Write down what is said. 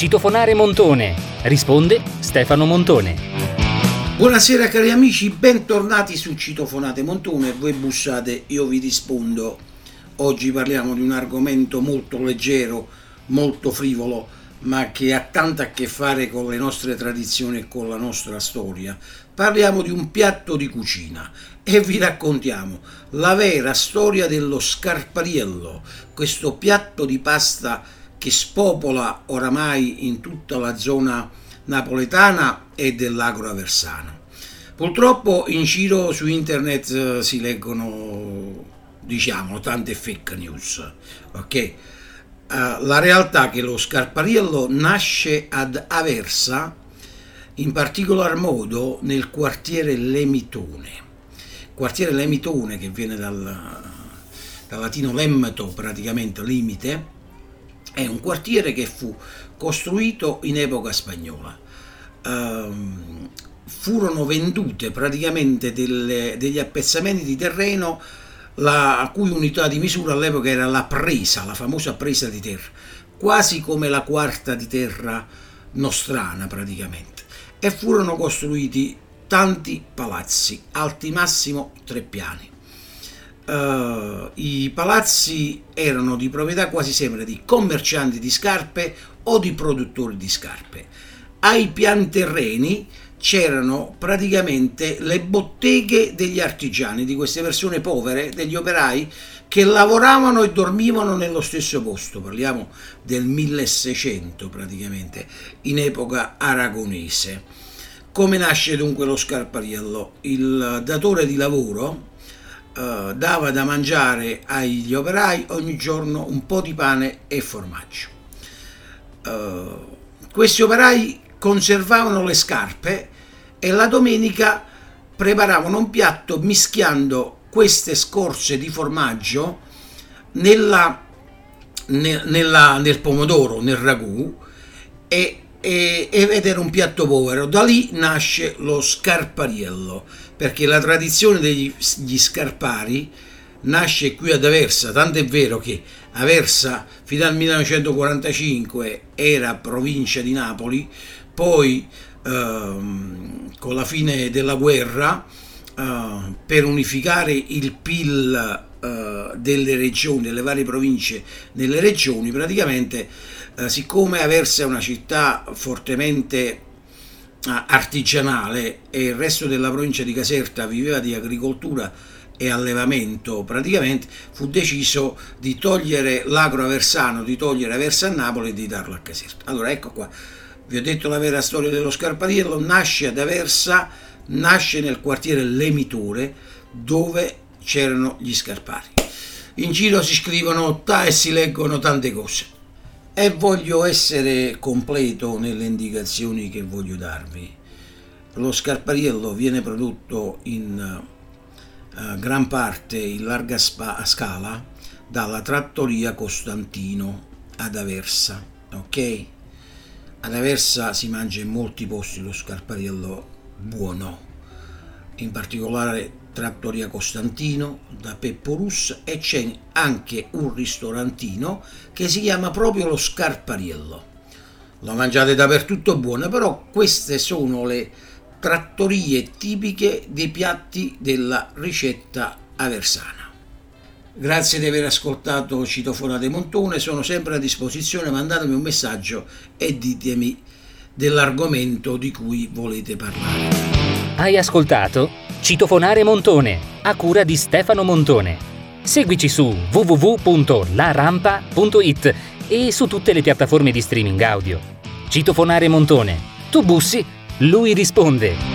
Citofonare Montone. Risponde Stefano Montone. Buonasera cari amici, bentornati su Citofonate Montone. Voi bussate, io vi rispondo. Oggi parliamo di un argomento molto leggero, molto frivolo, ma che ha tanto a che fare con le nostre tradizioni e con la nostra storia. Parliamo di un piatto di cucina e vi raccontiamo la vera storia dello scarpariello, questo piatto di pasta che spopola oramai in tutta la zona napoletana e dell'Agro aversano. Purtroppo in giro su internet si leggono, tante fake news, ok? La realtà è che lo scarpariello nasce ad Aversa, in particolar modo nel quartiere Lemitone. Quartiere Lemitone, che viene dal latino lemmeto, praticamente limite, è un quartiere che fu costruito in epoca spagnola. Furono vendute praticamente degli appezzamenti di terreno la cui unità di misura all'epoca era la presa, la famosa presa di terra, quasi come la quarta di terra nostrana praticamente. E furono costruiti tanti palazzi, alti massimo 3 piani. I palazzi erano di proprietà quasi sempre di commercianti di scarpe o di produttori di scarpe. Ai pianterreni c'erano praticamente le botteghe degli artigiani, di queste persone povere, degli operai che lavoravano e dormivano nello stesso posto. Parliamo del 1600 praticamente, in epoca aragonese. Come nasce dunque lo scarpariello? Il datore di lavoro dava da mangiare agli operai ogni giorno un po' di pane e formaggio. Questi operai conservavano le scarpe e la domenica preparavano un piatto mischiando queste scorze di formaggio nel pomodoro, nel ragù, ed era un piatto povero. Da lì nasce lo scarpariello, perché la tradizione degli scarpari nasce qui ad Aversa, tanto è vero che Aversa fino al 1945 era provincia di Napoli, poi con la fine della guerra, per unificare il PIL delle regioni, delle varie province nelle regioni, praticamente siccome Aversa è una città fortemente artigianale e il resto della provincia di Caserta viveva di agricoltura e allevamento, praticamente fu deciso di togliere l'Agro aversano, di togliere Aversa a Napoli e di darlo a Caserta. Allora ecco qua, vi ho detto la vera storia dello scarpariello. Nasce ad Aversa, nasce nel quartiere Lemitore, dove c'erano gli scarpari. In giro si scrivono e si leggono tante cose e voglio essere completo nelle indicazioni che voglio darvi. Lo scarpariello viene prodotto in gran parte in larga scala dalla trattoria Costantino ad Aversa, ok? Ad Aversa si mangia in molti posti lo scarpariello buono, in particolare trattoria Costantino da Peppo Russo, e c'è anche un ristorantino che si chiama proprio lo Scarpariello. Lo mangiate dappertutto, buono, però queste sono le trattorie tipiche dei piatti della ricetta aversana. Grazie di aver ascoltato Citofonate Montone, sono sempre a disposizione, mandatemi un messaggio e ditemi dell'argomento di cui volete parlare. Hai ascoltato Citofonare Montone, a cura di Stefano Montone. Seguici su www.larampa.it e su tutte le piattaforme di streaming audio. Citofonare Montone. Tu bussi, lui risponde.